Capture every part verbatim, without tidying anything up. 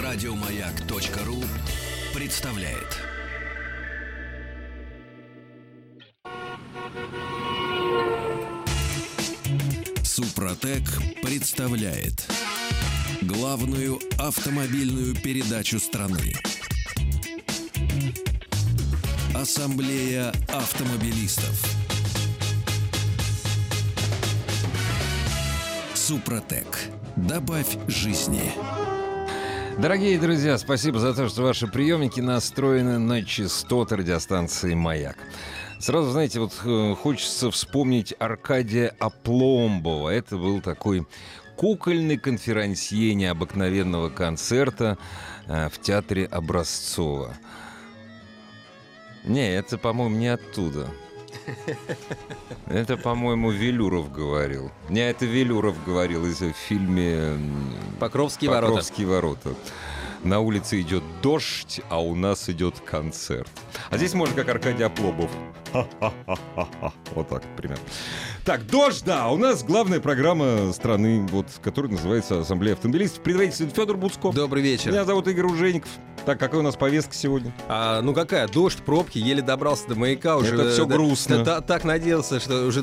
Радиомаяк.ру представляет. Супротек представляет главную автомобильную передачу страны. Ассамблея автомобилистов. Супротек. Добавь жизни. Дорогие друзья, спасибо за то, что ваши приемники настроены на частоты радиостанции «Маяк». Сразу, знаете, вот э, хочется вспомнить Аркадия Опломбова. Это был такой кукольный конферансье необыкновенного концерта э, в театре Образцова. Не, это, по-моему, не оттуда. Это, по-моему, Велюров говорил. Не, это Велюров говорил из в фильме «Покровские ворота». «Покровские ворота». На улице идет дождь, а у нас идет концерт. А здесь можно как Аркадий Опломбов. Вот так, примерно. Так, дождь, да, у нас главная программа страны, вот, которая называется «Ассамблея автомобилистов». Предводитель Федор Буцко. Добрый вечер. Меня зовут Игорь Ужеников. Так, какая у нас повестка сегодня? А, ну какая? Дождь, пробки, еле добрался до Маяка. Уже, Это все да, грустно. Да, да, так надеялся, что уже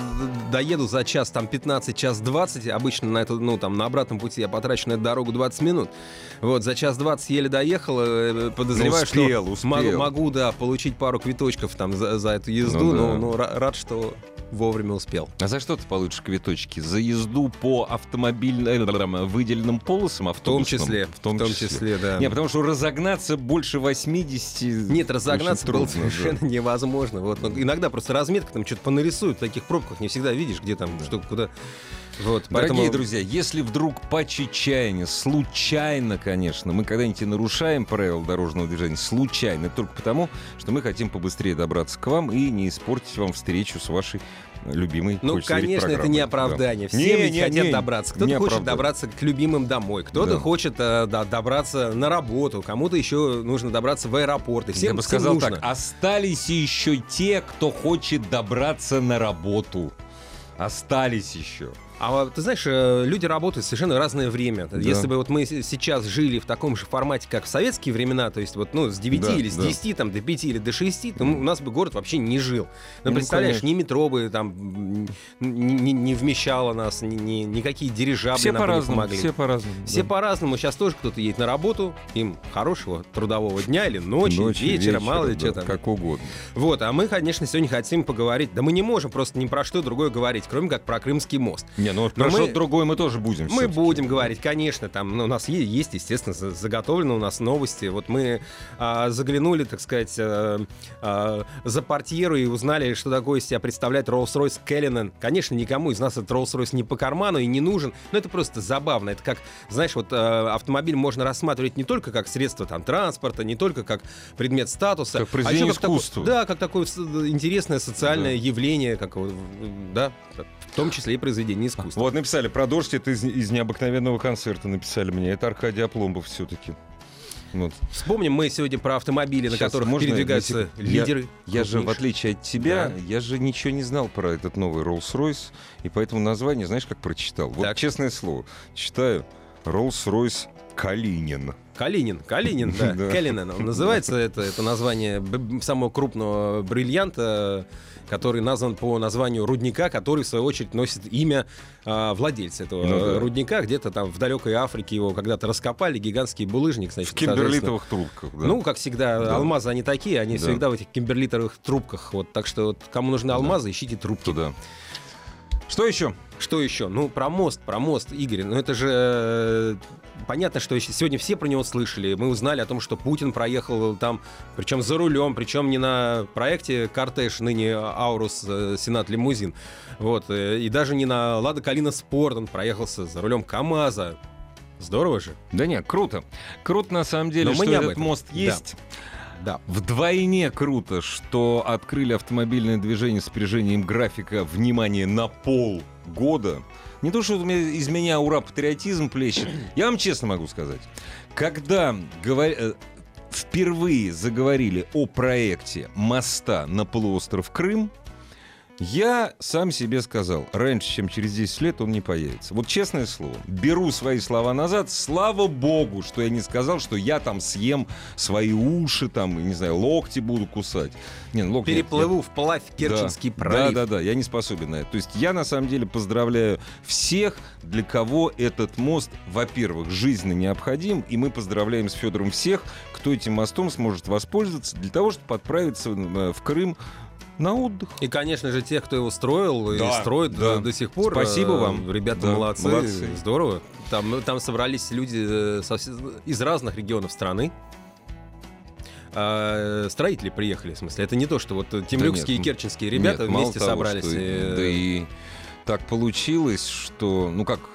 доеду за час, там, пятнадцать, час двадцать. Обычно на эту, ну, там, на обратном пути я потрачу на эту дорогу двадцать минут. Вот, за час двадцать еле доехал. Подозреваю, ну, успел, что успел. Могу, могу, да, получить пару квиточков там за, за эту езду. Ну, но, да. но рад, что вовремя успел. А за что ты получишь квиточки? За езду по автомобильным выделенным полосам автобусным? В том числе, в том, в том числе. числе, да. Не, потому что разогнаться больше восьмидесяти... Нет, разогнаться было трудно, совершенно да. невозможно. Вот, ну, иногда просто разметка там что-то понарисуют в таких пробках, не всегда видишь, где там, что, куда. Вот, Дорогие поэтому... друзья, если вдруг по чечаянию, случайно, конечно, мы когда-нибудь и нарушаем правила дорожного движения, случайно, только потому, что мы хотим побыстрее добраться к вам и не испортить вам встречу с вашей любимой, Ну, конечно, это не оправдание. Да. Все не, ведь не, хотят не, добраться. Кто-то не хочет оправдание. добраться к любимым домой, кто-то Да. хочет э, да, добраться на работу, кому-то еще нужно добраться в аэропорт. И всем, Я бы всем сказал нужно. так, остались еще те, кто хочет добраться на работу. Остались еще. А ты знаешь, э, люди работают в совершенно разное время. Да. Если бы вот мы с- сейчас жили в таком же формате, как в советские времена, то есть вот, ну, с девяти Да, или с да. десяти там, до пяти или до шести, то у нас бы город вообще не жил. Ну, Ну, представляешь, конечно. ни метро бы там м, не, не- не вмещало нас, ни, ни- никакие дирижабли Все нам бы не по-разному, помогли. все по-разному. Все да. по-разному. Сейчас тоже кто-то едет на работу, им хорошего трудового дня или ночи, Ночи, вечера, мало ли да, что там. как угодно. Вот, а мы, конечно, сегодня хотим поговорить. Да мы не можем просто ни про что другое говорить, кроме как про Крымский мост. Не, ну Но про мы- что-то другое мы тоже будем. Мы всё-таки. будем говорить, конечно, там ну, у нас е- есть, естественно, за- заготовлены у нас новости. Вот мы а, заглянули, так сказать, а, а, за портьеру и узнали, что такое из себя представляет Rolls-Royce Cullinan. Конечно, никому из нас этот Rolls-Royce не по карману и не нужен, но это просто забавно. Это как, знаешь, вот а, автомобиль можно рассматривать не только как средство там транспорта, не только как предмет статуса, Как произведение а еще как такое- искусства. да, как такое с- интересное социальное Да. явление, как, вот, да, в том числе и произведение искусства. Вот написали про дождь, это из, из необыкновенного концерта написали мне. Это Аркадий Опломбов все-таки. Вот. Вспомним мы сегодня про автомобили, на Щас, которых можно передвигаются я- лидеры. Я же, в крупнейшие. отличие от тебя, Да. я же ничего не знал про этот новый Rolls-Royce, и поэтому название, знаешь, как прочитал? Вот Так. честное слово, читаю Rolls-Royce Калинин. Калинин, Калинин, да, Да. Калинин. Он называется, это, это название б- самого крупного бриллианта, который назван по названию рудника, который, в свою очередь, носит имя а, владельца этого Ну да. рудника. Где-то там в далекой Африке его когда-то раскопали, гигантский булыжник. Значит, В кимберлитовых трубках. Да. Ну, как всегда, Да. алмазы, они такие, они Да. всегда в этих кимберлитовых трубках. Вот, так что, вот, кому нужны алмазы, ищите трубки. Туда. Что еще? Что еще? Ну, про мост, про мост, Игорь. Ну, это же э, понятно, что сегодня все про него слышали. Мы узнали о том, что Путин проехал там, причем за рулем, причем не на проекте «Кортеж», ныне «Аурус», э, «Сенат Лимузин». Вот. э, И даже не на «Лада Калина Спорт» он проехался за рулем КамАЗа. Здорово же. Да нет, круто. Круто на самом деле, Но мы что не об этот этом. мост Да. есть. Да. Вдвойне круто, что открыли автомобильное движение с опережением графика, внимание, на полгода. Не то, что у меня- из меня ура патриотизм плещет. Я вам честно могу сказать. Когда говор- э, впервые заговорили о проекте моста на полуостров Крым, Я сам себе сказал, раньше, чем через десять лет, он не появится. Вот честное слово, беру свои слова назад. Слава богу, что я не сказал, что я там съем свои уши, там, не знаю, локти буду кусать. Не, ну, локти, Переплыву нет, вплавь Керченский да, пролив. Да, да, да, я не способен на это. То есть я, на самом деле, поздравляю всех, для кого этот мост, во-первых, жизненно необходим, и мы поздравляем с Федором всех, кто этим мостом сможет воспользоваться для того, чтобы отправиться в Крым на отдых. И, конечно же, тех, кто его строил и Да, строит да. до, до сих пор. Спасибо вам. Ребята Да, молодцы, молодцы. здорово. Там, ну, там собрались люди со вс- из разных регионов страны. А, строители приехали, в смысле. Это не то, что вот темрюкские Да и керченские ребята Нет, мало вместе того, собрались. что- и- Да и так получилось, что, ну как,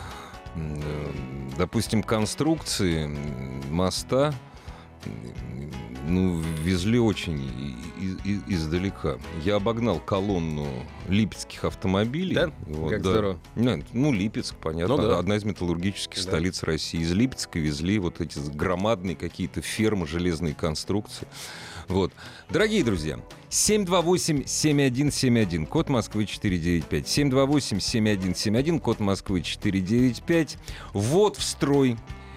м, э, допустим, конструкции м, моста м, ну, везли очень и- и- и- издалека. Я обогнал колонну липецких автомобилей. Да? Вот, Как да. здорово. Нет, ну, Липецк, понятно. Ну да. Одна из металлургических Да. столиц России. Из Липецка везли вот эти громадные какие-то фермы, железные конструкции. Вот. Дорогие друзья, семь два восемь семь один семь один, код Москвы четыре девять пять. семь два восемь семь один семь один, код Москвы четыре девять пять. Вот в строй.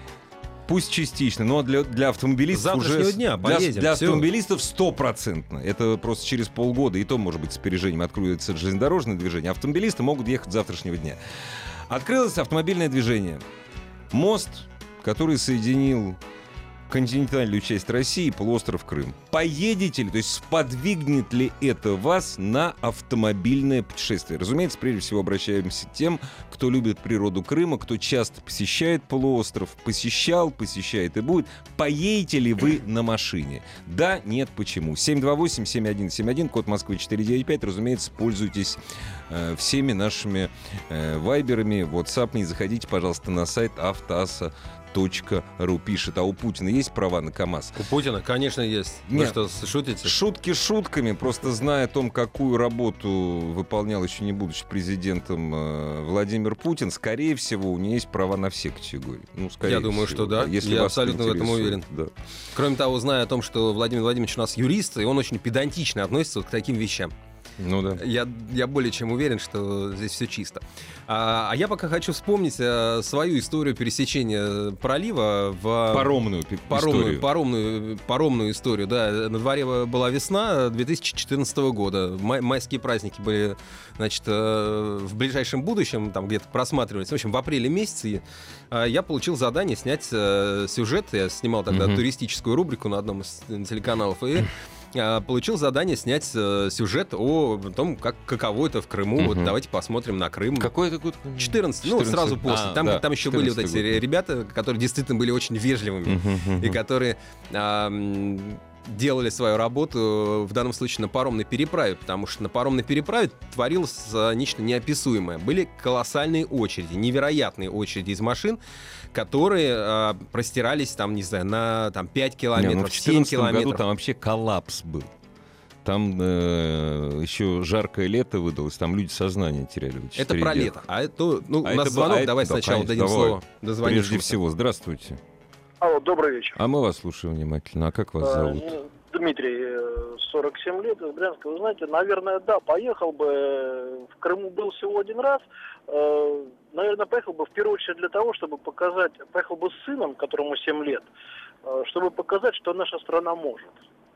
Пусть частично, но для, для автомобилистов С завтрашнего уже... дня для, поедем, для всё. автомобилистов стопроцентно. Это просто через полгода, и то, может быть, с опережением откроется железнодорожное движение. Автомобилисты могут ехать с завтрашнего дня. Открылось автомобильное движение. Мост, который соединил континентальную часть России и полуостров Крым. Поедете ли, то есть сподвигнет ли это вас на автомобильное путешествие? Разумеется, прежде всего обращаемся к тем, кто любит природу Крыма, кто часто посещает полуостров, посещал, посещает и будет. Поедете ли вы на машине? Да, нет, почему? семь два восемь семь один семь один, код Москвы четыре девять пять. Разумеется, пользуйтесь э, всеми нашими э, вайберами, ватсапами. Заходите, пожалуйста, на сайт автоаса точка ру. Пишет, а у Путина есть права на КАМАЗ? У Путина, конечно, есть. Нет. Вы что, шутите? Шутки шутками, просто зная о том, какую работу выполнял, еще не будучи президентом, э, Владимир Путин, скорее всего, у него есть права на все категории. Ну, скорее Я думаю, всего, что да. Если Я вас абсолютно в этом интересует, уверен. да. Кроме того, зная о том, что Владимир Владимирович у нас юрист, и он очень педантично относится вот к таким вещам. Ну да. Я, я более чем уверен, что здесь все чисто. А, а я пока хочу вспомнить а, свою историю пересечения пролива в... Паромную пи- Паромную, историю. паромную, паромную историю, да. На дворе была весна две тысячи четырнадцатого года. Май, майские праздники были, значит, э, в ближайшем будущем, там где-то просматривались. В общем, в апреле месяце э, я получил задание снять э, сюжет. Я снимал тогда Мгм. туристическую рубрику на одном из телеканалов. И э, получил задание снять э, сюжет о том, как, каково это в Крыму. Мгм. Вот давайте посмотрим на Крым. Какой это год? четырнадцатый, ну, сразу после. А, там, да, там еще были вот эти четырнадцатый год. ребята, которые действительно были очень вежливыми Мгм, мгм. и которые а, м, делали свою работу в данном случае на паромной переправе, потому что на паромной переправе творилось а, нечто неописуемое. Были колоссальные очереди, невероятные очереди из машин, которые а, простирались там, не знаю, на там, пять Не, километров, ну, в семь четырнадцатом году километров. там вообще коллапс был. Там э, еще жаркое лето выдалось, там люди сознание теряли. в Это четыре про дня. лето. А это, ну, А у нас это звонок, было- а это- давай да, сначала конечно, дадим давай. слово. Дозвонившемуся. Прежде всего, здравствуйте. Алло, добрый вечер. А мы вас слушаем внимательно. А как вас Э, зовут? ну, Дмитрий, э, сорок семь лет, из Брянска. Вы знаете, наверное, да, поехал бы. э, В Крыму был всего один раз. Э, Наверное, поехал бы в первую очередь для того, чтобы показать, поехал бы с сыном, которому семь лет, э, чтобы показать, что наша страна может.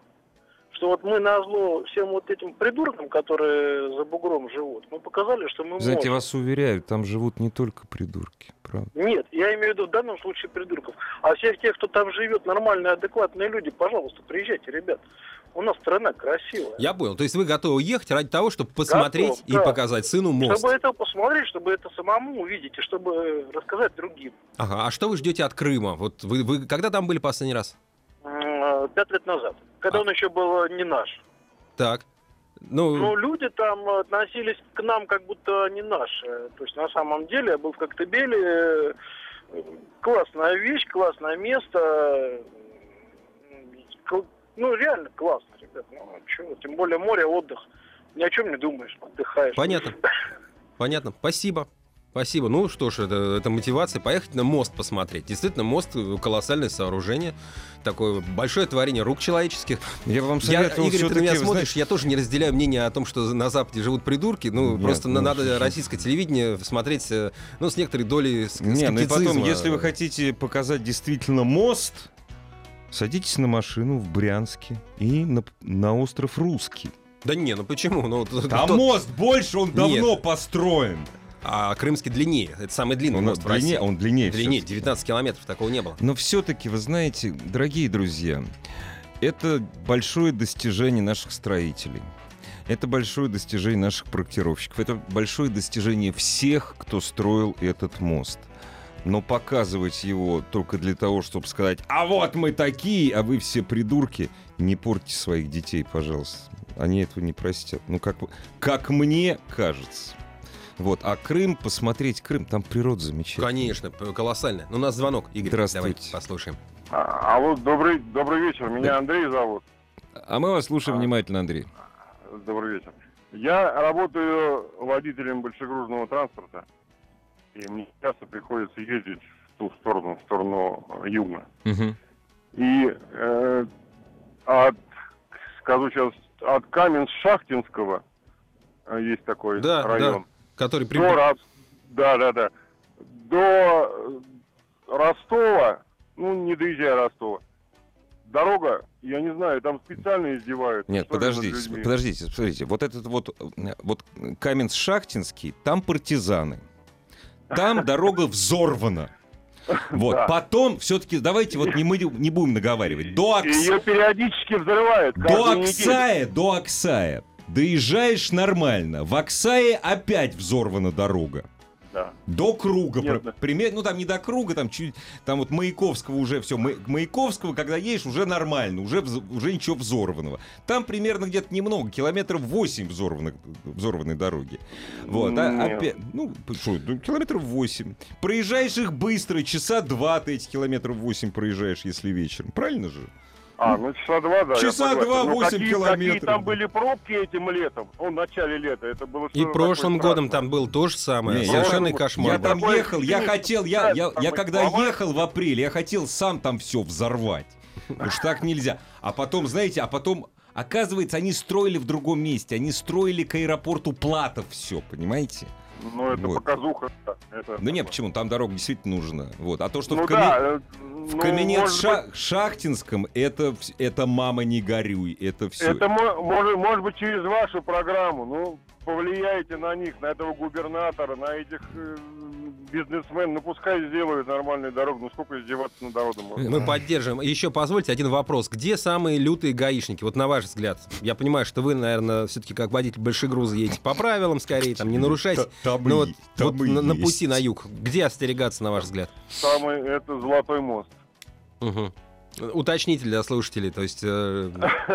Что вот мы назло всем вот этим придуркам, которые за бугром живут, мы показали, что мы Знаете, можем. вас уверяю, там живут не только придурки, правда. Нет, я имею в виду в данном случае придурков. А всех тех, кто там живет, нормальные, адекватные люди, пожалуйста, приезжайте, ребят. У нас страна красивая. Я понял. То есть вы готовы ехать ради того, чтобы посмотреть Готов, и да. показать сыну мост. Чтобы это посмотреть, чтобы это самому увидеть, и чтобы рассказать другим. Ага, а что вы ждете от Крыма? Вот вы, вы когда там были последний раз? М, Пять лет назад, когда А. он еще был не наш. Так. Ну, Ну, люди там относились к нам, как будто они наши. То есть, на самом деле, я был в Коктебеле. э, Классная вещь, классное место. Кл- Ну, реально классно, ребят. Ну, а чё, тем более море, отдых. Ни о чем не думаешь, отдыхаешь. понятно. Понятно. Спасибо. Спасибо. Ну что ж, это, это мотивация поехать на мост посмотреть. Действительно, мост — колоссальное сооружение. Такое большое творение рук человеческих. Я вам Я, советую Игорь, ты на меня все-таки... смотришь, я тоже не разделяю мнение о том, что на Западе живут придурки. Ну, Нет, просто ну, надо слушай. российское телевидение смотреть, э, ну, с некоторой долей ск- Не, ну и потом, скептицизма. если вы хотите показать действительно мост, садитесь на машину в Брянске и на, на остров Русский. Да не, ну почему? Ну, т- Там тот- мост больше, он давно построен. А крымский длиннее. Это самый длинный Он мост в России. длиннее, он длиннее. Длиннее, всё-таки. девятнадцать километров, такого не было. Но все-таки, вы знаете, дорогие друзья, это большое достижение наших строителей. Это большое достижение наших проектировщиков. Это большое достижение всех, кто строил этот мост. Но показывать его только для того, чтобы сказать: а вот мы такие, а вы все придурки, не портите своих детей, пожалуйста. Они этого не простят. Ну, как, как мне кажется. Вот. А Крым, посмотреть Крым, там природа замечательная. Конечно, п- колоссально. Ну, у нас звонок, Игорь. Здравствуйте. Давайте послушаем. А, алло, добрый, добрый вечер. Меня Да. Андрей зовут. А мы вас слушаем А. внимательно, Андрей. Добрый вечер. Я работаю водителем большегрузного транспорта, и мне часто приходится ездить в ту сторону, в сторону э, юга. Мгм. И э, от, скажу сейчас, от Каменск-Шахтинского э, есть такой Да, район. Который при... До Рос- Да, да, да. До э, Ростова, ну, не доезжая Ростова, дорога, я не знаю, там специально издеваются. Нет, что ли, над подождите, людьми. подождите, смотрите. Вот этот вот, э, вот Каменск-Шахтинский, там партизаны. Там дорога взорвана. Вот, Да. потом все-таки давайте вот не, мы не будем наговаривать. До, Акс... Ее периодически взрывают. до каждую неделю. Аксая, до Аксая. Доезжаешь нормально. В Аксае опять взорвана дорога. Да. До Круга. Нет, Про- да. пример- ну, там не до Круга, там чуть... Там вот Маяковского уже все. Маяковского, когда едешь, уже нормально. Уже, вз- уже ничего взорванного. Там примерно где-то немного. Километров восемь взорванных, взорванной дороги. Вот. А, Нет. опять... Ну, что, ну, километров восемь. Проезжаешь их быстро. Часа два ты эти километров восемь проезжаешь, если вечером. Правильно же? А, ну часа два, да. я Часа согласен. два, Но восемь какие, километров. Какие там были пробки этим летом, ну, в начале лета, это было... И что прошлым такое годом страшное. там был то же самое. Не, я- Совершенный я кошмар. Я был. там Такое ехал, я ощущение, хотел, что я, я, там я их когда сломали. ехал в апреле, я хотел сам там все взорвать. Потому что так нельзя. А потом, знаете, а потом, оказывается, они строили в другом месте. Они строили к аэропорту Платов все, понимаете? Ну, это Вот. показуха. да, это Ну нет, такое. почему? Там дорога действительно нужна. Вот. А то, что Ну в, Каме... да, э, в ну, Каменец-Шахтинском, это, вс- это мама не горюй. Это все. Это мо- может, может быть через вашу программу. Ну, повлияйте на них, на этого губернатора, на этих э, бизнесменов. Ну, пускай сделают нормальную дорогу. Ну, сколько издеваться над народом можно? Мы поддержим. Еще позвольте один вопрос. Где самые лютые гаишники? Вот на ваш взгляд. Я понимаю, что вы, наверное, все-таки как водитель большегруза едете по правилам скорее, там не нарушайте. Там Ну и- вот, там вот и на, на есть. пути на юг. Где остерегаться, на ваш взгляд? Самый, это Золотой мост. Угу. Уточните для слушателей, то есть... э,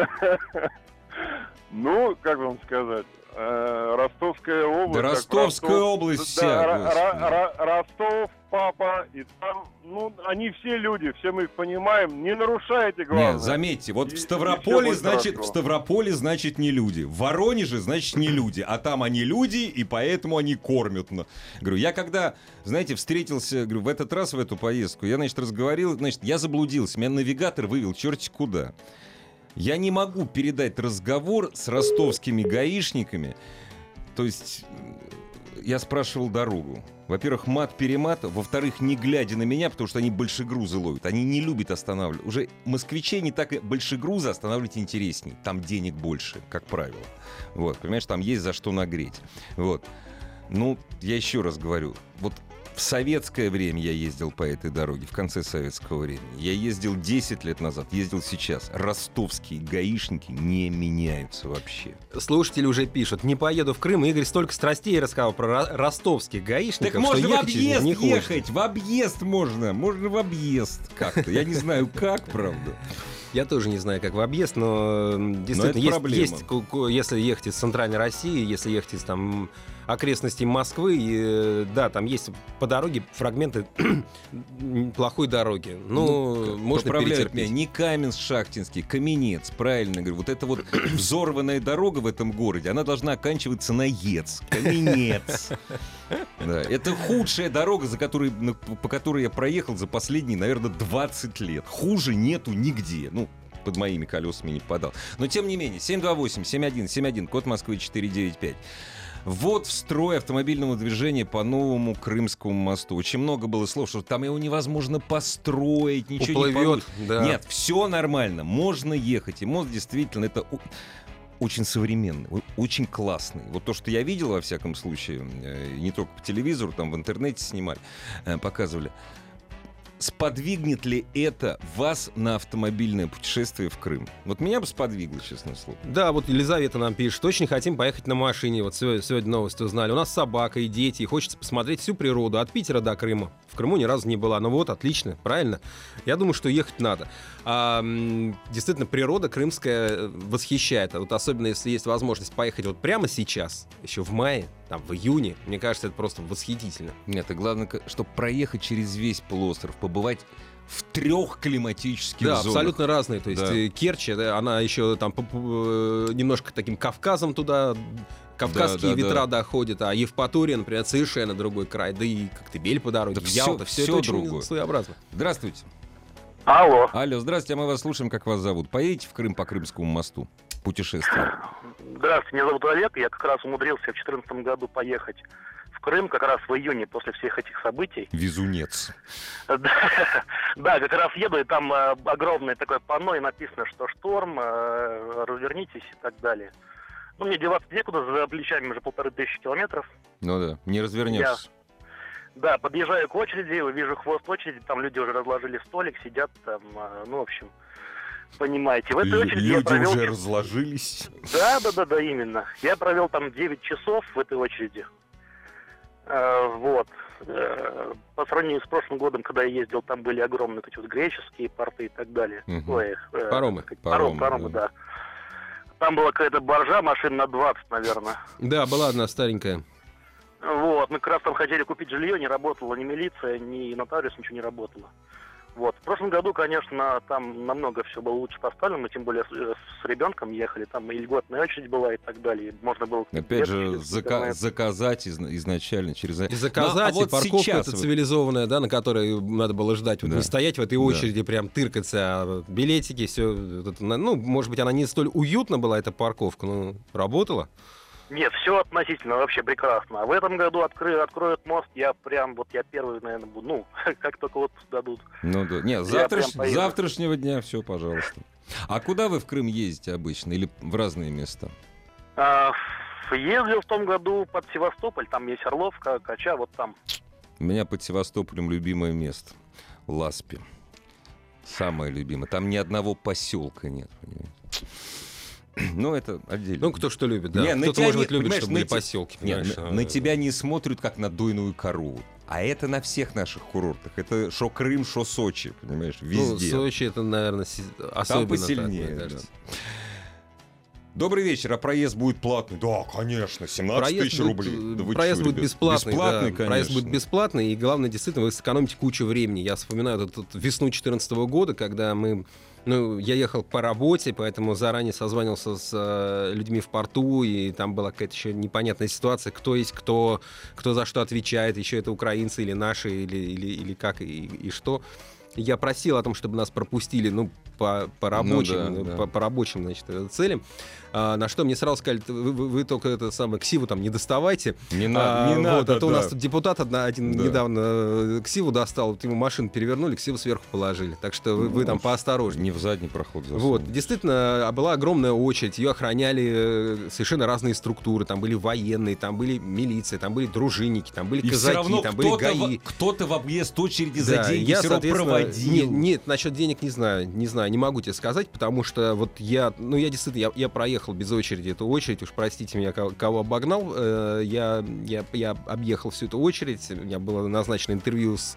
Ну, как вам сказать, э, Ростовская область. Да как Ростовская Ростов- область да, вся, Ра- господи. Ра- Ра- Ростов, папа, и там, ну, они все люди, все мы их понимаем. Не нарушайте, главное. Нет, заметьте, вот И- в и Ставрополе, всё будет значит, в хорошо. Ставрополе, значит, не люди. В Воронеже, значит, не люди. А там они люди, и поэтому они кормят. на- Говорю, я когда, знаете, встретился, говорю, в этот раз, в эту поездку, я, значит, разговаривал, значит, я заблудился. Меня навигатор вывел черти куда. Я не могу передать разговор с ростовскими гаишниками. То есть э, я спрашивал дорогу. Во-первых, мат-перемат. Во-вторых, не глядя на меня, потому что они большегрузы ловят. Они не любят останавливать. Уже москвичей не так и большегрузы останавливать интересней. Там денег больше, как правило. Вот, понимаешь, там есть за что нагреть. Вот. Ну, я еще раз говорю. Вот в советское время я ездил по этой дороге, в конце советского времени. Я ездил десять лет назад, ездил сейчас. Ростовские гаишники не меняются вообще. Слушатели уже пишут. Не поеду в Крым. Игорь столько страстей рассказал про ро- ростовских гаишников, Так можно что в ехать через объезд них не хочется. ехать, в объезд можно, можно в объезд как-то. Я не знаю как, правда. Я тоже не знаю, как в объезд, но м, действительно, это есть, проблема. есть ку- ку- если ехать из центральной России, если ехать из там окрестностей Москвы. И, да, там есть по дороге фрагменты плохой дороги. Ну, Ну, можно поправляют перетерпеть. меня, не Каменск-Шахтинский, Каменец, правильно говорю. Вот эта вот взорванная дорога в этом городе, она должна оканчиваться на ЕЦ, Каменец. Да, это худшая дорога, за которой, на- по которой я проехал за последние, наверное, двадцать лет. Хуже нету нигде. Ну, под моими колесами не попадал. Но тем не менее, семь два восемь семь один семь один, код Москвы четыре девять пять. Вот в строй автомобильного движения по новому Крымскому мосту. Очень много было слов, что там его невозможно построить, ничего не Уплывет, получится. да. Нет, все нормально, можно ехать. И мост действительно это о- очень современный, о- очень классный. Вот то, что я видел, во всяком случае, э, не только по телевизору, там в интернете снимали, э, показывали. Сподвигнет ли это вас на автомобильное путешествие в Крым? Вот меня бы сподвигло, честное слово. Да, вот Елизавета нам пишет, очень хотим поехать на машине. Вот сегодня, сегодня новости узнали. У нас собака и дети, и хочется посмотреть всю природу от Питера до Крыма. В Крыму ни разу не была. Ну вот, отлично, правильно. Я думаю, что ехать надо. А, м, действительно, природа крымская восхищает. А вот особенно, если есть возможность поехать вот прямо сейчас, еще в мае, там, в июне, мне кажется, это просто восхитительно. Нет, и главное, чтобы проехать через весь полуостров, побывать в трех климатических Да, зонах. абсолютно разные. То есть Да. э, Керчь, да, она еще там по- по- э, немножко таким Кавказом туда, кавказские Да, да, ветра да. доходят, а Евпатория, например, совершенно другой край. Да и Коктебель по дороге, Да всё- Ялта, все всё это очень другое. своеобразно. Здравствуйте. Алло. Алло, здравствуйте, а мы вас слушаем, как вас зовут. Поедете в Крым по Крымскому мосту? Путешествие. Здравствуйте, меня зовут Олег. Я как раз умудрился в две тысячи четырнадцатом году поехать в Крым, как раз в июне после всех этих событий. Везунец. Да, как раз еду, и там э, огромное такое панно, и написано, что шторм, э, развернитесь и так далее. Ну, мне деваться некуда, за плечами уже полторы тысячи километров. Ну да, не развернешься. Да, подъезжаю к очереди, вижу хвост очереди, там люди уже разложили столик, сидят там, э, ну, в общем, понимаете. В этой очереди я Люди провел... уже разложились. Да, да, да, да, именно. Я провел там девять часов в этой очереди. Э, вот. Э, по сравнению с прошлым годом, когда я ездил, там были огромные вот эти вот греческие порты и так далее. Мгм. Ой, э, Паромы. как- Паромы, Паромы, паромы, да. да. Там была какая-то баржа, машин на двадцать, наверное. Да, была одна старенькая. Вот, мы как раз там хотели купить жилье, не работала ни милиция, ни нотариус, ничего не работало. Вот. В прошлом году, конечно, там намного все было лучше поставлено, мы тем более с, с ребенком ехали, там и льготная очередь была и так далее. Можно было... Опять же, через зака- интернет. заказать из- изначально через... И заказать, Ну, а и вот парковка сейчас эта вот- цивилизованная, да, на которой надо было ждать. Вот Да. не стоять в этой Да. очереди, прям тыркаться, а билетики, все. Ну, может быть, она не столь уютна была, эта парковка, но работала. Нет, все относительно, вообще прекрасно. А в этом году откры- откроют мост, я прям, вот я первый, наверное, буду, ну, как только отпуск дадут. Ну да. Нет, Я завтраш- прям поеду. завтрашнего дня все, пожалуйста. А куда вы в Крым ездите обычно? Или в разные места? А, ф- ездил в том году под Севастополь, там есть Орловка, Кача, вот там. У меня под Севастополем любимое место. Ласпи. Самое любимое. Там ни одного поселка нет. Понимаете? Ну, это отдельно. Ну, кто что любит, да. Не, на Кто-то, тебя может не- быть, любит, понимаешь, чтобы на были те- поселки. Нет, понимаешь, на, а, на тебя не смотрят, как на дойную корову. А это на всех наших курортах. Это шо Крым, шо Сочи, понимаешь, Ну, везде. Сочи это, наверное, си- особенно так, посильнее, мне да. кажется. Добрый вечер, а проезд будет платный? Да, конечно, семнадцать тысяч будет, рублей. э, Да вы проезд чё, будет ребят? бесплатный, Бесплатный, да, конечно. проезд будет бесплатный, и главное, действительно, вы сэкономите кучу времени. Я вспоминаю эту, эту весну две тысячи четырнадцатого года, когда мы, ну, я ехал по работе, поэтому заранее созванивался с э, людьми в порту, и там была какая-то еще непонятная ситуация, кто есть кто, кто за что отвечает, еще это украинцы или наши, или, или, или как, и, и что. Я просил о том, чтобы нас пропустили, ну, по, по рабочим, Ну да, э, да. по, по рабочим, значит, э, целям. А, на что мне сразу сказали, вы, вы- вы только это самое ксиву там не доставайте. Не, на- А, не вот, надо, это у да. нас тут депутат одна, один Да. недавно э, ксиву достал, вот ему машину перевернули, ксиву сверху положили. Так что вы, вы там поосторожнее. Не в задний проход засунуть. Вот, действительно, а, была огромная очередь, ее охраняли э, совершенно разные структуры, там были военные, там были милиция, там были дружинники, там были И все казаки, равно там были кто-то, ГАИ. в, кто-то в объезд очереди за Да, деньги я, все равно соответственно, проводил. не- нет, насчет денег не знаю, не знаю, не могу тебе сказать, потому что вот я, ну я действительно, я, я проехал без очереди эту очередь, уж простите меня, кого, кого обогнал, э, я, я, я объехал всю эту очередь, у меня было назначено интервью с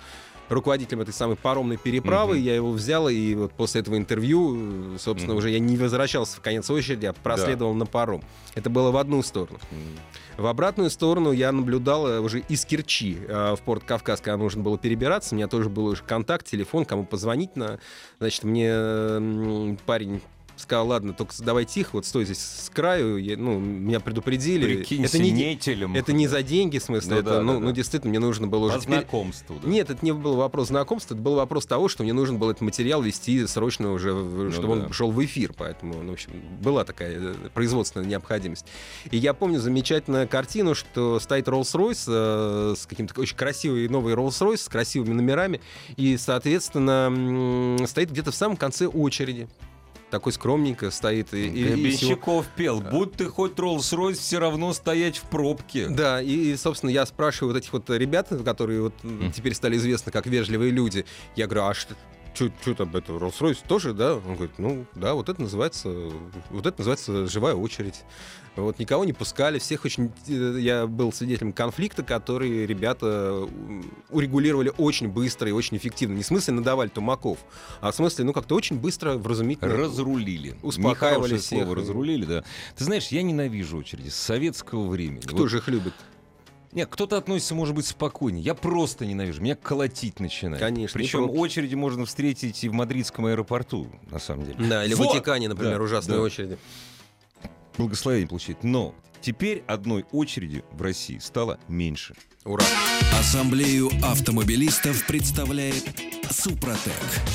руководителем этой самой паромной переправы. Mm-hmm. Я его взял, и вот после этого интервью, собственно, mm-hmm. уже я не возвращался в конец очереди, а проследовал да. на паром. Это было в одну сторону. Mm-hmm. В обратную сторону я наблюдал уже из Керчи э, в порт Кавказ, когда нужно было перебираться. У меня тоже был уже контакт, телефон, кому позвонить. На... Значит, мне э, парень... сказал, ладно, только давай тихо, вот стой здесь с краю, я, ну, меня предупредили. Прикинь, это не, нетелем. Это не за деньги, в смысле, ну, это, да, ну, да, ну, да. действительно, мне нужно было По уже... теперь... знакомству, да. Нет, это не был вопрос знакомства, это был вопрос того, что мне нужен был этот материал вести срочно уже, ну, чтобы да. он шел в эфир, поэтому, ну, в общем, была такая производственная необходимость. И я помню замечательную картину, что стоит Rolls-Royce э, с каким-то очень красивый новый Rolls-Royce с красивыми номерами, и, соответственно, м- стоит где-то в самом конце очереди. Такой скромненько стоит. И, и, Гребенщиков и пел, будь ты хоть Роллс-Ройс, все равно стоять в пробке. Да, и, собственно, я спрашиваю вот этих вот ребят, которые вот mm. теперь стали известны как вежливые люди. Я говорю, а что... Что там, это Rolls-Royce тоже, да? Он говорит, ну, да, вот это называется, вот это называется живая очередь. Вот никого не пускали, всех очень... Я был свидетелем конфликта, который ребята урегулировали очень быстро и очень эффективно. Не в смысле надавали тумаков, а в смысле, ну, как-то очень быстро, вразумительно... Разрулили. Успокаивали всех. Слово разрулили, да. Ты знаешь, я ненавижу очереди с советского времени. Кто вот... же их любит? Нет, кто-то относится, может быть, спокойнее. Я просто ненавижу. Меня колотить начинает. Конечно. Причем очереди можно встретить и в мадридском аэропорту, на самом деле. Да, или вот! В Ватикане, например, да, ужасные да. очереди. Благословение получить. Но теперь одной очереди в России стало меньше. Ура! Ассамблею автомобилистов представляет Супротек.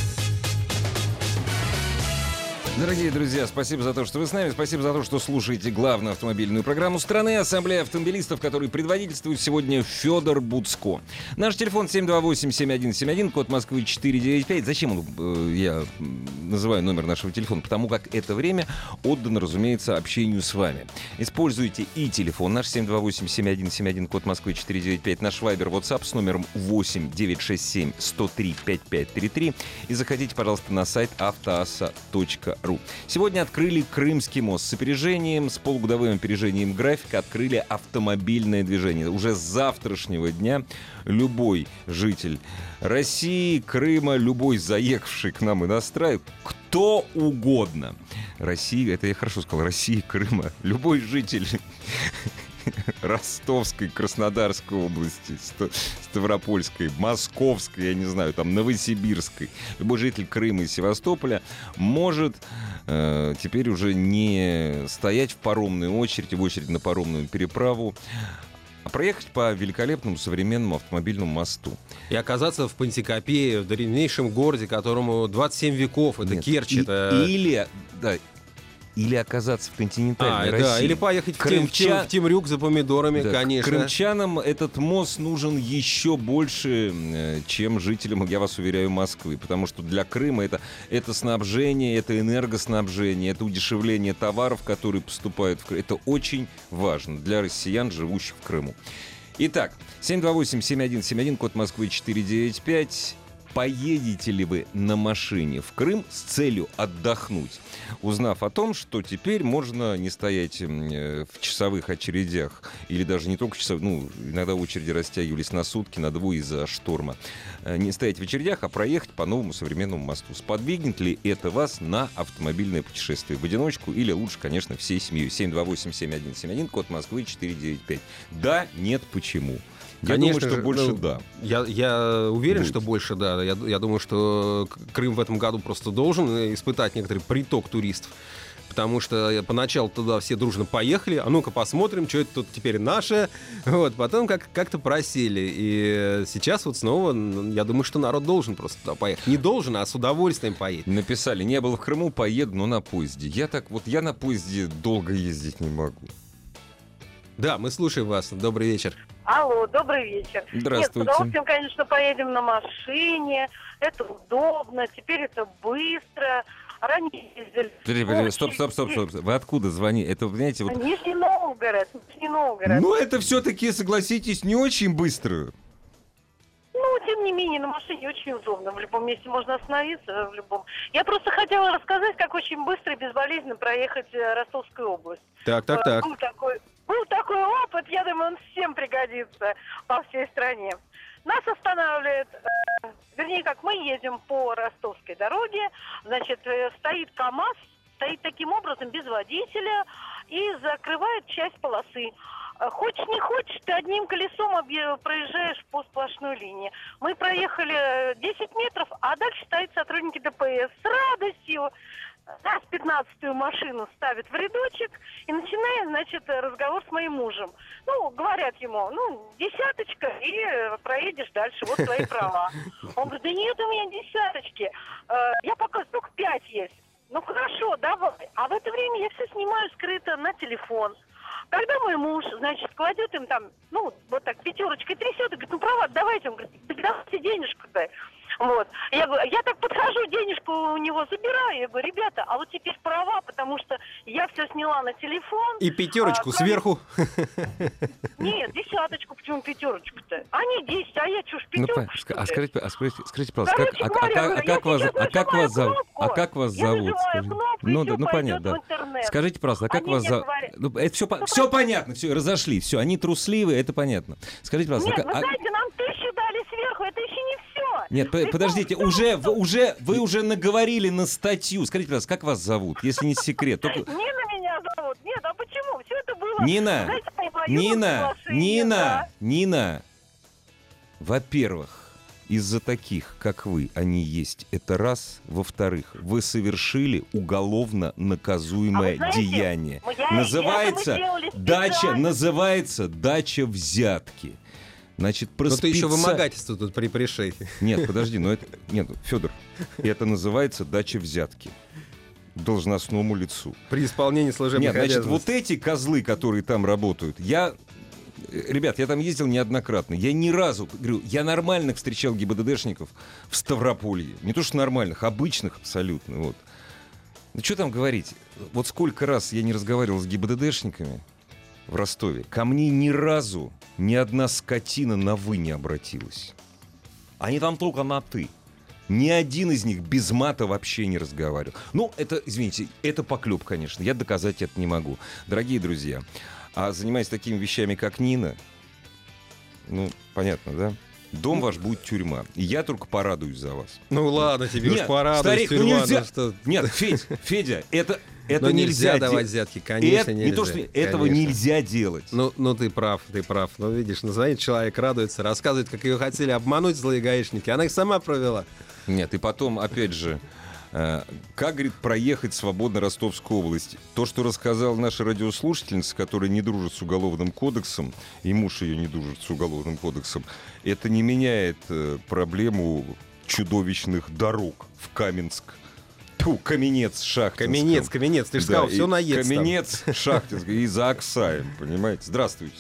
Дорогие друзья, спасибо за то, что вы с нами. Спасибо за то, что слушаете главную автомобильную программу страны. Ассамблея автомобилистов, который предводительствует сегодня Федор Буцко. Наш телефон семь два восемь семь один семь один, код Москвы четыре девять пять. Зачем э, я называю номер нашего телефона? Потому как это время отдано, разумеется, общению с вами. Используйте и телефон наш семь два восемь семь один семь один, код Москвы четыре девять пять. Наш вайбер, WhatsApp с номером восемь девятьсот шестьдесят семь сто три пятьдесят пять тридцать три. И заходите, пожалуйста, на сайт автоаса точка ру. Сегодня открыли Крымский мост. С опережением, с полугодовым опережением графика открыли автомобильное движение. Уже с завтрашнего дня любой житель России, Крыма, любой заехавший к нам иностранец, кто угодно. Россия, это я хорошо сказал, Россия, Крыма, любой житель Ростовской, Краснодарской области, Ставропольской, Московской, я не знаю, там, Новосибирской, любой житель Крыма и Севастополя может э, теперь уже не стоять в паромной очереди, в очереди на паромную переправу, а проехать по великолепному современному автомобильному мосту. И оказаться в Пантикопее, в древнейшем городе, которому двадцать семь веков, это Нет, Керчь. И, это... Или... Да, Или оказаться в континентальной а, России. Да, или поехать Крымча... в, в Темрюк за помидорами, да, конечно. Крымчанам этот мост нужен еще больше, чем жителям, я вас уверяю, Москвы. Потому что для Крыма это, это снабжение, это энергоснабжение, это удешевление товаров, которые поступают в Крым. Это очень важно для россиян, живущих в Крыму. Итак, семь два восемь семь один семь один, код Москвы четыре девять пять. Поедете ли вы на машине в Крым с целью отдохнуть, узнав о том, что теперь можно не стоять в часовых очередях, или даже не только часовых, ну, иногда очереди растягивались на сутки, на двое из-за шторма, не стоять в очередях, а проехать по новому современному мосту. Сподвигнет ли это вас на автомобильное путешествие в одиночку, или лучше, конечно, всей семьей? семь два восемь семь один семь один, код Москвы четыре девять пять. Да, нет, почему? Я Конечно думаю, что же, больше ну, да. Я, я уверен, Будет. что больше да. Я, я думаю, что Крым в этом году просто должен испытать некоторый приток туристов. Потому что поначалу туда все дружно поехали, а ну-ка посмотрим, что это тут теперь наше. Вот, потом как- как-то просели. И сейчас вот снова, я думаю, что народ должен просто туда поехать. Не должен, а с удовольствием поедет. Написали, не был в Крыму, поеду, но на поезде. Я так вот, я на поезде долго ездить не могу. Да, мы слушаем вас. Добрый вечер. Алло, добрый вечер. Здравствуйте. Нет, с удовольствием, конечно, поедем на машине. Это удобно, теперь это быстро. Ранее ездили... Подожди, подожди, стоп, стоп, стоп, стоп. Вы откуда звоните? Это, знаете, вот... Нижний Новгород, Нижний Новгород. Ну, это все-таки, согласитесь, не очень быстро. Ну, тем не менее, на машине очень удобно. В любом месте можно остановиться, в любом. Я просто хотела рассказать, как очень быстро и безболезненно проехать Ростовскую область. Так, так, так. Был такой, был такой опыт, я думаю, он всем пригодится по всей стране. Нас останавливает э, вернее, как мы едем по ростовской дороге, значит, э, стоит КАМАЗ, стоит таким образом без водителя и закрывает часть полосы. Э, Хочешь не хочешь, ты одним колесом объ- проезжаешь по сплошной линии. Мы проехали десять метров, а дальше стоят сотрудники ДПС с радостью. Нас пятнадцатую машину ставят в рядочек и начинает, значит, разговор с моим мужем. Ну, говорят ему, ну, десяточка, и э, проедешь дальше, вот твои права. Он говорит, да нет у меня десяточки. Э, Я пока только пять есть. Ну, хорошо, давай. А в это время я все снимаю скрыто на телефон. Когда мой муж, значит, кладет им там, ну, вот так пятерочкой трясет, и говорит, ну, права давайте. Он говорит, да давайте денежку-то. Вот. Я говорю, я так подхожу, денежку у него забираю. Я говорю, ребята, а вот теперь права, потому что я все сняла на телефон. И пятерочку а, сверху. Нет, десяточку, почему пятерочку-то? Они десять, а я что ж Ну, пятерку, по- что ли? а скажите, а скажите, скажите, пожалуйста, как, Короче а, говоря, а- а я как вас, сейчас а как нажимаю вас зовут? А кнопку, как вас я зовут? нажимаю Скажите. кнопку, и Ну всё да, ну пойдёт понятно, в да. интернет. Скажите, пожалуйста, а как Они вас мне зовут? говорят- Ну, это все, Ну, все понятно, все, разошли, все, они трусливые, это понятно. Скажите, пожалуйста, Нет, а вы как- а- знаете, нам тысячу дали сверху, это еще не все. Нет, по- подождите, уже, вы уже, вы уже наговорили на статью. Скажите, пожалуйста, как вас зовут, если не секрет? Только... Нина меня зовут. Нет, а почему? Все это было... Нина, знаете, по моему Нина, соглашению, Нина, да. Нина. Во-первых, из-за таких, как вы, они есть. Это раз. Во-вторых, вы совершили уголовно наказуемое А вы знаете, деяние. мы- я- Называется это мы делали дача, специально. называется дача взятки. Значит, про Но ты еще спеца- вымогательство тут при пришей. Нет, подожди, но это... Нет, Федор, это называется дача взятки должностному лицу. При исполнении служебных Нет, значит, вот обязанностей. эти козлы, которые там работают, я... Ребят, я там ездил неоднократно. Я ни разу, говорю, я нормальных встречал ГИБДДшников в Ставрополье. Не то что нормальных, обычных абсолютно. Вот. Ну что там говорить? Вот сколько раз я не разговаривал с ГИБДДшниками в Ростове, ко мне ни разу ни одна скотина на «вы» не обратилась. Они там только на «ты». Ни один из них без мата вообще не разговаривал. Ну, это, извините, это поклеп, конечно. Я доказать это не могу. Дорогие друзья, а занимаясь такими вещами, как Нина, ну, понятно, да? Дом ваш будет тюрьма. И я только порадуюсь за вас. Ну ладно, тебе Нет, уж пора. старик, ну нельзя. Ну, что... Нет, Федь, Федя, это, это Но нельзя, нельзя давать де- взятки, конечно, Это- нельзя. Не то, что этого конечно. нельзя делать. Ну, ну, ты прав, ты прав. Ну, видишь, звонит человек, радуется, рассказывает, как ее хотели обмануть злые гаишники. Она их сама провела. Нет, и потом, опять же, э, как, говорит, проехать свободно Ростовскую область? То, что рассказала наша радиослушательница, которая не дружит с Уголовным кодексом, и муж ее не дружит с Уголовным кодексом, это не меняет э, проблему чудовищных дорог в Каменск. Тьфу, Каменец, Шахтинском. Каменец, Каменец, ты же сказал, Да, все и наедешь там. Каменец, Шахтинск и за Оксаем, понимаете? Здравствуйте.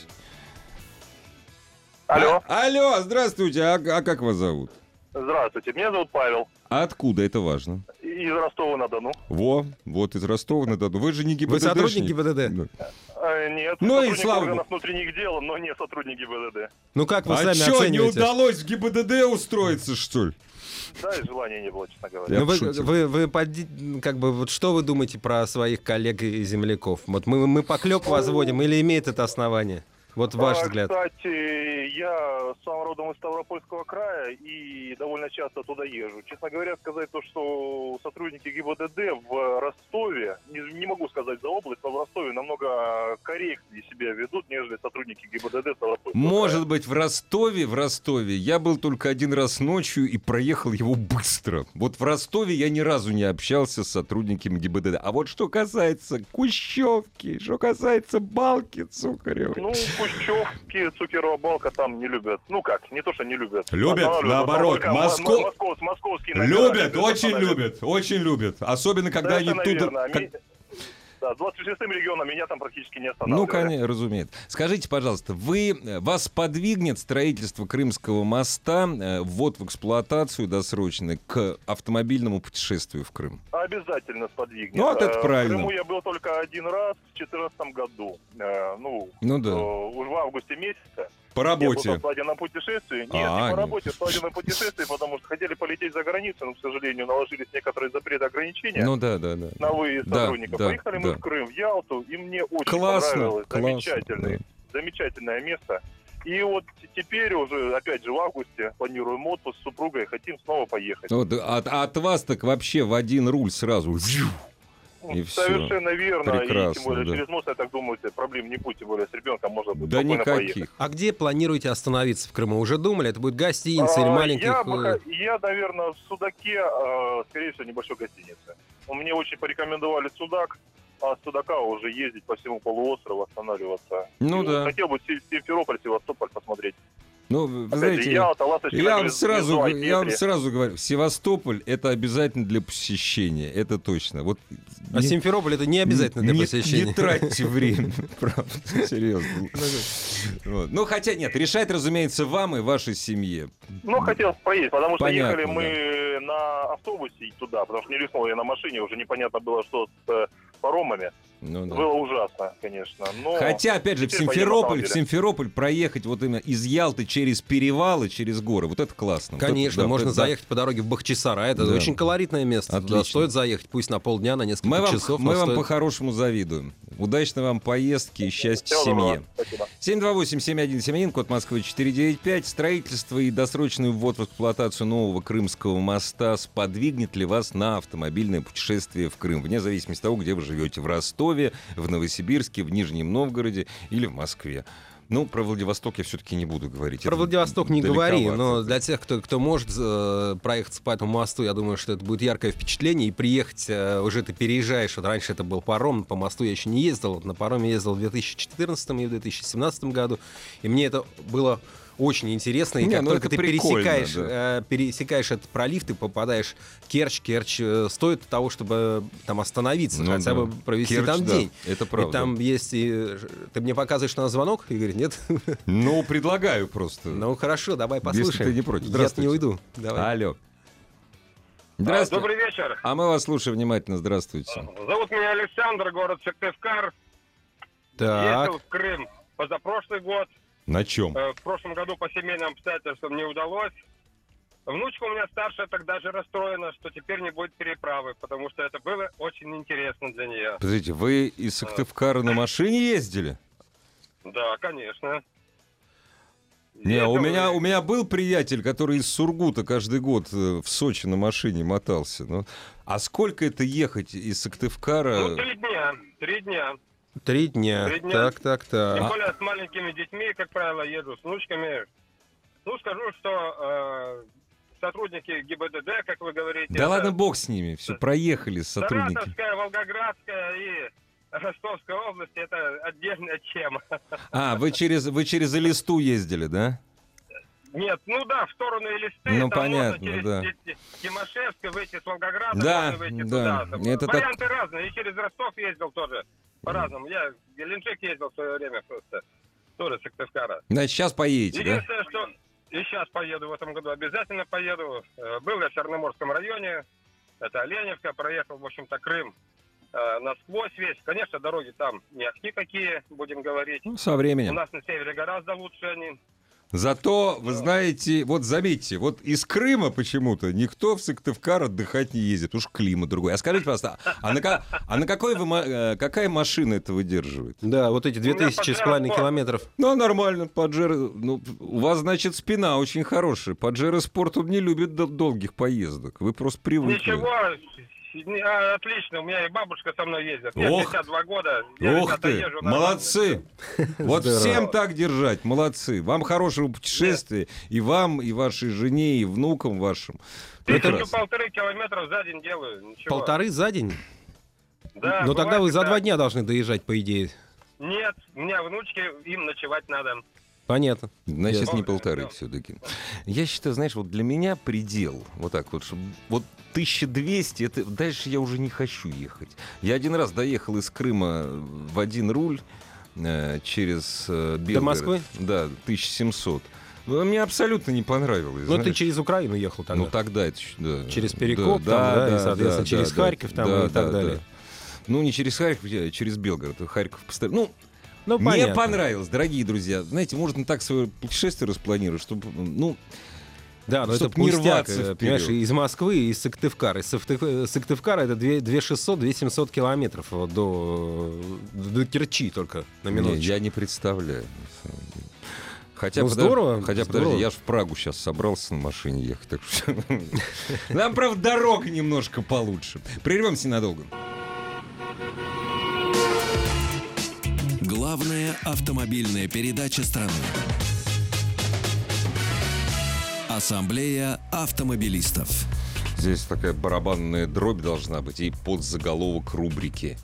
Алло. А- алло, здравствуйте, а, а как вас зовут? Здравствуйте, меня зовут Павел. А откуда? Это важно. Из Ростова-на-Дону. Во, вот из Ростова-на-Дону. Вы же не ГИБДДшник. Вы сотрудник ГИБДД? Да. Э, нет, Ну и сотрудник слава органов внутренних дел, но не сотрудник ГИБДД. Ну как вы А сами что, не оцениваете? удалось в ГИБДД устроиться, что ли? Да, и желания не было, честно говоря. Я Ну, вы, пошутил. вы, вы поди- как бы, вот что вы думаете про своих коллег и земляков? Вот мы, мы поклеп возводим или имеет это основание? Вот ваш А, взгляд. Кстати, я сам родом из Ставропольского края и довольно часто туда езжу. Честно говоря, сказать то, что сотрудники ГИБДД в Ростове, не, не могу сказать за область, но в Ростове намного корректнее себя ведут, нежели сотрудники ГИБДД Ставропольского Может края. быть, в Ростове, в Ростове я был только один раз ночью и проехал его быстро. Вот в Ростове я ни разу не общался с сотрудниками ГИБДД. А вот что касается Кущевки, что касается Балки Цукаревой. Ну, Кущевки, Цукерова, Балка там не любят. Ну как, не то, что не любят. Любят, Останавливают, наоборот, только Моско- мо- москов- московские номера Любят, очень останавливают. любят, очень любят. Особенно, когда Да, они это туда... наверное. как- Ми- Да, с двадцать шестым регионом меня там практически не Ну, останавливали. конечно, разумеется. Скажите, пожалуйста, вы, э, вас подвигнет строительство Крымского моста, э, ввод в эксплуатацию досрочный к автомобильному путешествию в Крым? Обязательно сподвигнет. Ну, вот это Э, правильно. В Крыму я был только один раз в две тысячи четырнадцатом году. Э, Ну, Ну да. э, уже в августе месяце. По Я работе. был в свадебном путешествии. Нет, А, не по нет. работе, в свадебном путешествии, потому что хотели полететь за границу, но, к сожалению, наложились некоторые запреты, ограничения Ну да, да, да. на выезд Да, сотрудников. да, Поехали мы да. в Крым, в Ялту, и мне очень Классно, понравилось. классно, Замечательный, да. замечательное место. И вот теперь уже, опять же, в августе планируем отпуск с супругой, хотим снова поехать. Вот, от, от вас так вообще в один руль сразу. И Совершенно все. верно. Прекрасно, и тем более да. через мост, я так думаю, проблем не будет, тем более с ребенком можно будет Да спокойно никаких. поехать. А где планируете остановиться в Крыму? Уже думали? Это будет гостиница или А, маленьких... Я, бы э, х- я, наверное, в Судаке, э, скорее всего, небольшой гостинице. Мне очень порекомендовали Судак, а с Судака уже ездить по всему полуострову, останавливаться. Ну И да. Хотел бы Сев- Симферополь, Севастополь посмотреть. Ну, вы Опять же, знаете, Ялта, Ласточкино, я вам, Гнез- сразу, Гнездо, я вам Айтетри. сразу говорю, Севастополь — это обязательно для посещения, это точно. Вот А не- Симферополь это не обязательно для не- посещения. Не тратьте время, правда, серьезно. Вот. Ну, хотя нет, решать, разумеется, вам и вашей семье. Ну, хотел поесть, потому что Понятно, ехали мы на автобусе туда, потому что не рискнул я на машине, уже непонятно было, что с э, паромами. Ну, да. Было ужасно, конечно. Но Хотя, опять же, в теперь поедем на Симферополь, самом в деле. Симферополь проехать вот именно из Ялты через перевалы, через горы, вот это классно. Вот Конечно, это, да, можно вот это, да. заехать по дороге в Бахчисарай. Это Да. очень колоритное место. Туда Отлично. стоит заехать, пусть на полдня, на несколько Мы вам, часов. мы но вам стоит. по-хорошему завидуем. Удачной вам поездки и счастья Всего семье. доброго. Спасибо. семь два восемь семь один семь один, код Москвы четыре девять пять. Строительство и досрочный ввод в эксплуатацию нового Крымского моста сподвигнет ли вас на автомобильное путешествие в Крым, вне зависимости от того, где вы живете, в Ростове, в Новосибирске, в Нижнем Новгороде или в Москве. Ну, про Владивосток я все-таки не буду говорить. Про Это Владивосток не далековато. говори, но для тех, кто, кто может э, проехаться по этому мосту, я думаю, что это будет яркое впечатление. И приехать, э, уже ты переезжаешь, вот раньше это был паром, по мосту я еще не ездил, вот на пароме ездил в две тысячи четырнадцатом и в две тысячи семнадцатом году, и мне это было очень интересно. И Не, как ну только это ты прикольно, пересекаешь, да. э, пересекаешь этот пролив, ты попадаешь в Керчь. Керчь э, стоит того, чтобы там остановиться, Ну хотя да. бы провести Керчь, там да, день. это И правда. там есть... И... Ты мне показываешь на звонок? Игорь, нет? Ну, предлагаю просто. Ну хорошо, давай Если послушаем. ты не против. Я Здравствуйте. не уйду. Давай. Алло. Здравствуйте. Добрый вечер. А мы вас слушаем внимательно. Здравствуйте. Зовут меня Александр, город Сыктывкар. Так. Ездил в Крым позапрошлый год. На чем? Э, В прошлом году по семейным обстоятельствам не удалось. Внучка у меня старшая так даже расстроена, что теперь не будет переправы, потому что это было очень интересно для нее. Подождите, вы из Сыктывкара на машине ездили? Да, конечно. Не, у Ездил меня, и- у меня был приятель, который из Сургута каждый год э, в Сочи на машине мотался. Ну, а сколько это ехать из Сыктывкара? Ну, три дня. Три дня. Три дня. Три дня. Так, так, Тем так. более с маленькими детьми, как правило, еду с внучками. Ну, скажу, что э, сотрудники ГИБДД, как вы говорите... Да это ладно, бог с ними. Все, проехали сотрудники. Саратовская, Волгоградская и Ростовская области — это отдельная тема. А, вы через, вы через Элисту ездили, да? Нет, ну да, в сторону Элисты. Ну, там понятно, можно через да. Ти- Ти- Тимошевск выйти с Волгограда, Да, можно выйти да, туда. Там это так- варианты разные. И через Ростов ездил тоже по-разному. Я в Геленджик ездил в свое время просто. Тоже с Сыктывкара. Значит, сейчас поедете, да? Единственное, что и сейчас поеду в этом году, обязательно поеду. Э, Был я в Черноморском районе, это Оленевка, проехал, в общем-то, Крым э, насквозь весь. Конечно, дороги там не ахти какие, будем говорить. Ну, со У временем. нас на севере гораздо лучше они. Зато, вы знаете, вот заметьте, вот из Крыма почему-то никто в Сыктывкар отдыхать не ездит. Уж климат другой. А скажите, пожалуйста, а на, ка- а на какой вы, ма- э, какая машина это выдерживает? Да, вот эти две тысячи с половиной Поджеро километров. Ну, нормально, Паджеро. Ну, у вас, значит, спина очень хорошая. Паджеро Спорт, он не любит дол- долгих поездок. Вы просто привыкли. Ничего, не- а, отлично, у меня и бабушка со мной ездит. Мне Ох. пятьдесят два года. я Ух ребята, ты, езжу нормально. молодцы. Вот Здорово. всем так держать, молодцы. Вам хорошего путешествия. И вам, и вашей жене, и внукам вашим. Тысячу Прекрасно. полторы километров за день делаю. Ничего. Полторы за день? Да, Но тогда бывает вы за так. два дня должны доезжать, по идее. Нет, у меня внучки, им ночевать надо. Понятно. Значит, Ясно. не полторы все-таки. Я считаю, знаешь, вот для меня предел, вот так вот, чтобы, вот тысяча двести, это, дальше я уже не хочу ехать. Я один раз доехал из Крыма в один руль э, через э, Белгород. Москвы? Да, тысяча семьсот. Ну, мне абсолютно не понравилось. Ну, ты знаешь. через Украину ехал тогда. Ну, тогда это... ещё, да. Через Перекоп там, да, и, соответственно, через Харьков там и так далее. Ну, не через Харьков, а через Белгород. Харьков постоянно. Ну, Ну, мне понятно. понравилось, дорогие друзья. Знаете, можно так свое путешествие распланировать, чтобы, ну, Да, но это чтоб не пустяк, рваться э, вперед. понимаешь, из Москвы и из Сыктывкара. Из Сыктыв- Сыктывкара это две тысячи шестьсот - две тысячи семьсот километров вот до, до Керчи только, на не, минуточку. я не представляю. на самом деле. Хотя, Ну, подож- здорово, Хотя, здорово. подожди, я же в Прагу сейчас собрался на машине ехать. Так что... Нам, правда, дорога немножко получше. Прервемся ненадолго. Главная автомобильная передача страны. Ассамблея автомобилистов. Здесь такая барабанная дробь должна быть и подзаголовок рубрики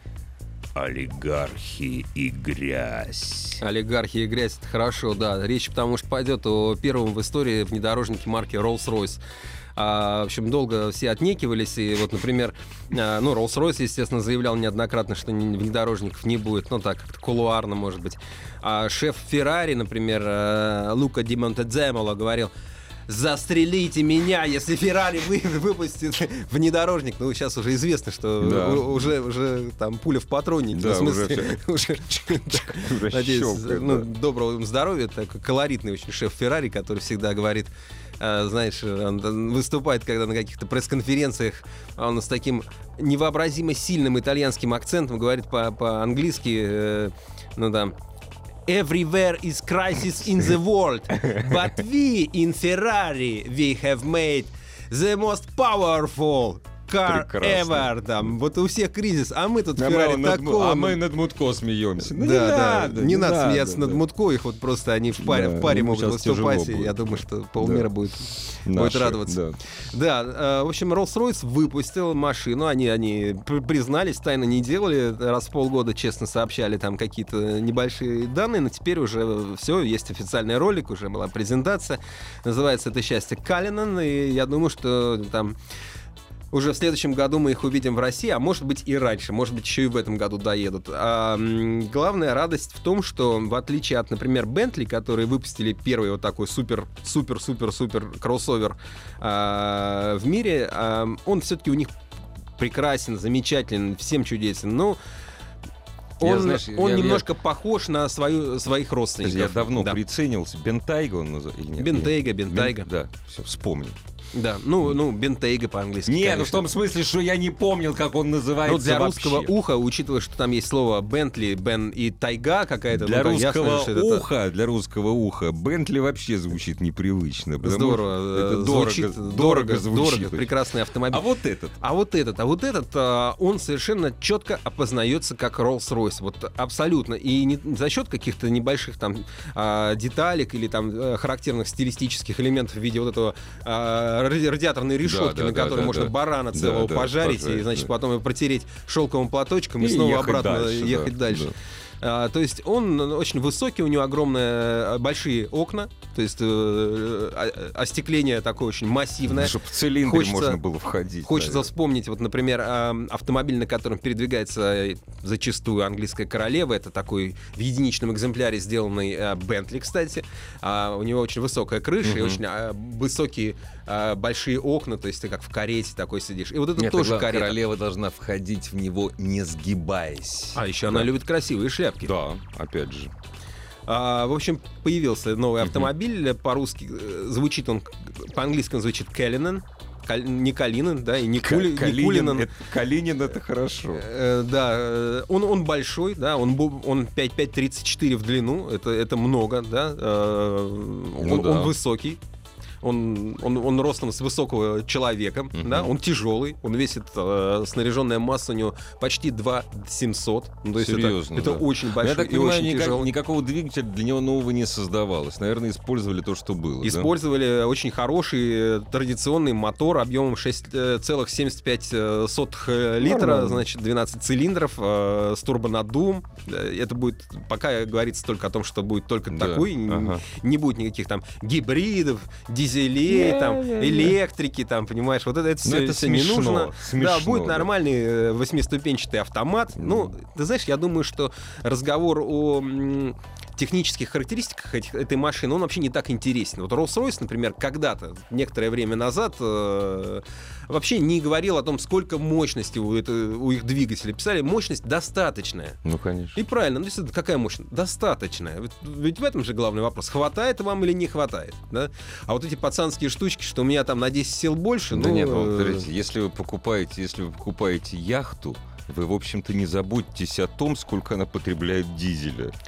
«Олигархи и грязь». Олигархи и грязь — это хорошо, да. Речь потому что пойдет о первом в истории внедорожнике марки Rolls-Royce. А, в общем, долго все отнекивались, и вот, например, а, ну, Rolls-Royce, естественно, заявлял неоднократно, что внедорожников не будет, ну, так, как-то кулуарно, может быть. А шеф Ferrari, например, а, Лука Ди Монтедземоло говорил: застрелите меня, если Феррари вы, выпустит внедорожник. Ну, сейчас уже известно, что Да. у- уже, уже там пуля в патроннике. Да, в смысле, уже уже, надеюсь, щелкает, ну, да. доброго им здоровья. Такой колоритный очень шеф Феррари, который всегда говорит, э, знаешь, он выступает, когда на каких-то пресс-конференциях, а он с таким невообразимо сильным итальянским акцентом говорит по- по-английски, э, ну да, Everywhere is crisis in the world, but we in Ferrari we have made the most powerful car Прекрасно. ever. Там, вот у всех кризис, а мы тут в А Ferrari мы, над, Му- такого. а мы над Мутко смеемся. Ну, да, не да, надо, не, надо смеяться да. над Мутко, их вот просто они в паре, Да, в паре ну, могут сейчас тяжело выступать, и будет. я думаю, что полмира Да. будет, будет Наши, радоваться. да. Да, э, в общем, Rolls-Royce выпустил машину, они, они пр- признались, тайно не делали, раз в полгода честно сообщали там какие-то небольшие данные, но теперь уже все, есть официальный ролик, уже была презентация, называется это «Счастье Калинан», и я думаю, что там уже в следующем году мы их увидим в России, а может быть и раньше, может быть еще и в этом году доедут. А, м, главная радость в том, что в отличие от, например, Bentley, которые выпустили первый вот такой супер-супер-супер-супер кроссовер а, в мире, а, он все-таки у них прекрасен, замечателен, всем чудесен. Но Я, он, знаешь, он я- немножко похож на свою, своих родственников. Я давно да. приценился. Бентайга он называется? или нет? Бентейга, Бен- Бентайга. Да, все, вспомнил. Да, ну, ну, Бентейга по-английски. Не, ну в конечно. том смысле, что я не помнил, как он называется Ну, для вообще. русского уха, учитывая, что там есть слово Бентли, Бен и Тайга какая-то. Для ну, там русского ясно, что это уха, для русского уха Бентли вообще звучит непривычно. потому здорово. что это э, дорого, звучит, дорого, дорого, звучит. дорого, прекрасный автомобиль. А вот этот. А вот этот, а вот этот, а, он совершенно четко опознается как Rolls-Royce, вот абсолютно. И не за счет каких-то небольших там а, деталек или там э, характерных стилистических элементов в виде вот этого а, ради- радиаторной решетки, да, на да, которой да, можно да. барана Да, целого да, пожарить, пожарить, и, значит, да. потом его протереть шелковым платочком и, И снова ехать обратно дальше, ехать да, дальше. да. А, то есть он очень высокий, у него огромные э, большие окна, то есть э, э, остекление такое очень массивное. Чтобы в цилиндре Хочется- можно было входить. Хочется наверное. вспомнить, вот, например, а, автомобиль, на котором передвигается зачастую английская королева. Это такой в единичном экземпляре сделанный а, Бентли, кстати. А, у него очень высокая крыша и Мгм. очень а, высокие а, большие окна, то есть ты как в карете такой сидишь. И вот это Нет, тоже тогда карета. королева должна входить в него, не сгибаясь. А еще она Да. любит красивые шляпки. Да, опять же. А, в общем, появился новый Мгм. автомобиль. По-русски э, звучит он, по-английски он звучит Калинан. Каль- Не Калинан, да, и не, Кули, не Калинин, Кулинан. это, Калинин это хорошо. Э, да, э, он, он большой, да, он, бу- он пять пять тридцать четыре в длину, это, это много, да, э, он, Ну да. он высокий. Он, он, он ростом с высокого человека, Мгм. да, он тяжелый, он весит, э, снаряженная масса у него почти два семьсот. Ну, то есть это- Серьезно, это, да. очень большой Я так и понимаю, очень никак- тяжелый. никакого двигателя для него нового не создавалось. Наверное, использовали то, что было. да? Использовали очень хороший э, традиционный мотор объемом шесть целых семьдесят пять сотых э, литра, Нормально. значит, двенадцать цилиндров, э, с турбонаддувом. Э, Это будет, пока говорится только о том, что будет только Да, такой, н- ага. не будет никаких там гибридов, дизелей, Не, там, не, не. электрики, там, понимаешь, вот это, это, Ну, все, это все не смешно, нужно. смешно, да, будет да. нормальный э, восьмиступенчатый автомат. Ну, ты знаешь, я думаю, что разговор о м, технических характеристиках этих- этой машины, он вообще не так интересен. Вот Rolls-Royce, например, когда-то, некоторое время назад, э, вообще не говорил о том, сколько мощности у, это- у их двигателей. Писали, мощность достаточная. Ну, конечно. И правильно, ну, действительно, какая мощность? Достаточная. Ведь, ведь в этом же главный вопрос. Хватает вам или не хватает? Да? А вот эти пацанские штучки, что у меня там на десять сил больше, Да ну... нет, ну, э, смотрите, если вы покупаете, если вы покупаете яхту, вы, в общем-то, не заботьтесь о том, сколько она потребляет дизеля.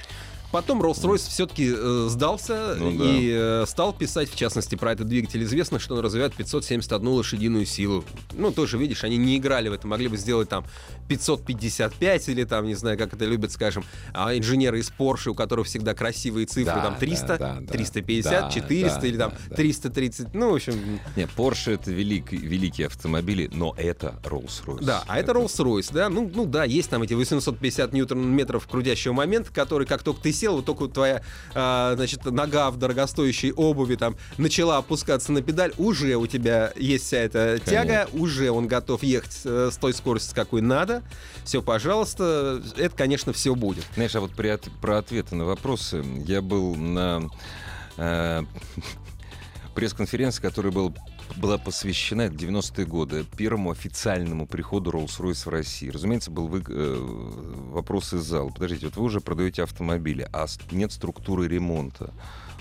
потом Rolls-Royce все-таки э, сдался Ну да. и э, стал писать, в частности, про этот двигатель. Известно, что он развивает пятьсот семьдесят одну лошадиную силу. Ну, тоже, видишь, они не играли в это, могли бы сделать там пятьсот пятьдесят пять или там, не знаю, как это любят, скажем, а инженеры из Porsche, у которых всегда красивые цифры, Да, там триста, да, да, триста пятьдесят, да, четыреста да, или там да, да. триста тридцать, ну, в общем... Нет, Porsche — это велик, великие автомобили, но это Rolls-Royce. Да, а это Rolls-Royce, да, ну, ну да, есть там эти восемьсот пятьдесят ньютон-метров крутящего момента, который, как только ты сел, вот только твоя, а, значит, нога в дорогостоящей обуви там начала опускаться на педаль, уже у тебя есть вся эта тяга, уже он готов ехать э, с той скоростью, с какой надо. Все, пожалуйста, это, конечно, все будет. Знаешь, а вот при от- про ответы на вопросы я был на э, пресс-конференции, которая был, была посвящена в девяностые годы первому официальному приходу Rolls-Royce в России. Разумеется, был вы, э, вопрос из зала. Подождите, вот вы уже продаете автомобили, а с- нет структуры ремонта.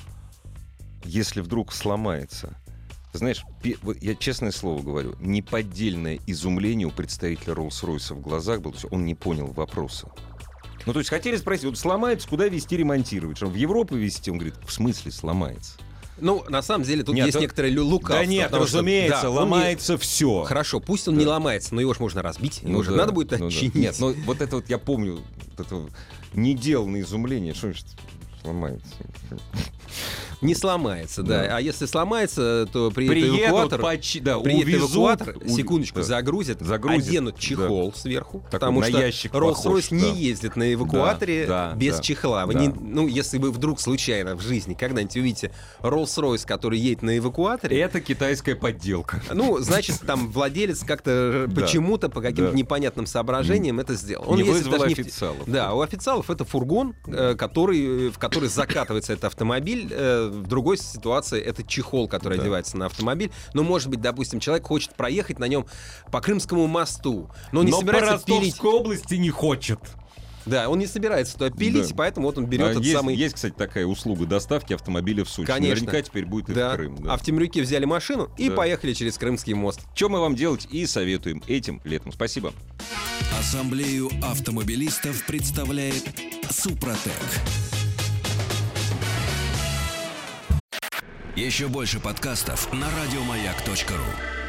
Если вдруг сломается... Ты знаешь, пе- вот я честное слово говорю, неподдельное изумление у представителя Rolls-Royce в глазах было, то есть он не понял вопроса. Ну, то есть хотели спросить, вот сломается, куда везти ремонтировать? Что, в Европу везти? Он говорит, в смысле сломается? Ну, на самом деле, тут Нет, есть то- некоторое лю- лукавство. Да нет, потому что, разумеется, да, он не- ломается все. Хорошо, пусть он не ломается, но его же можно разбить, его же надо будет отчинить. Нет, ну вот это вот я помню, вот это вот неделанное изумление, что значит сломается? Не сломается, да. Да. А если сломается, то приедет Приедут, эвакуатор, почи- да, приедет увезут, эвакуатор, у- секундочку, да. загрузят, Загрузят, оденут чехол сверху, Такой потому на что ящик Rolls-Royce похож, не да. ездит на эвакуаторе Да, да, без да, чехла. Вы да. не- ну, если вы вдруг случайно в жизни когда-нибудь увидите Rolls-Royce, который едет на эвакуаторе, Это китайская подделка. ну, значит, там владелец как-то Да. почему-то, по каким-то Да. непонятным соображениям это сделал. Он Не ездит вызвал даже не в- официалов. Да, у официалов это фургон, э, который, в который закатывается этот автомобиль. Э, В другой ситуации это чехол, который Да. одевается на автомобиль. Но, может быть, допустим, человек хочет проехать на нем по Крымскому мосту, но он не Но по собирается пилить. Ростовской области не хочет. Да, он не собирается туда пилить, Да. поэтому вот он берет А этот есть, самый... есть, кстати, такая услуга доставки автомобиля в Сочи. Конечно. Наверняка теперь будет и Да. в Крым. Да. А в Темрюке взяли машину и Да. поехали через Крымский мост. Что мы вам делать и советуем этим летом. Спасибо. Ассамблею автомобилистов представляет Супротек. Еще больше подкастов на радиомаяк точка ру.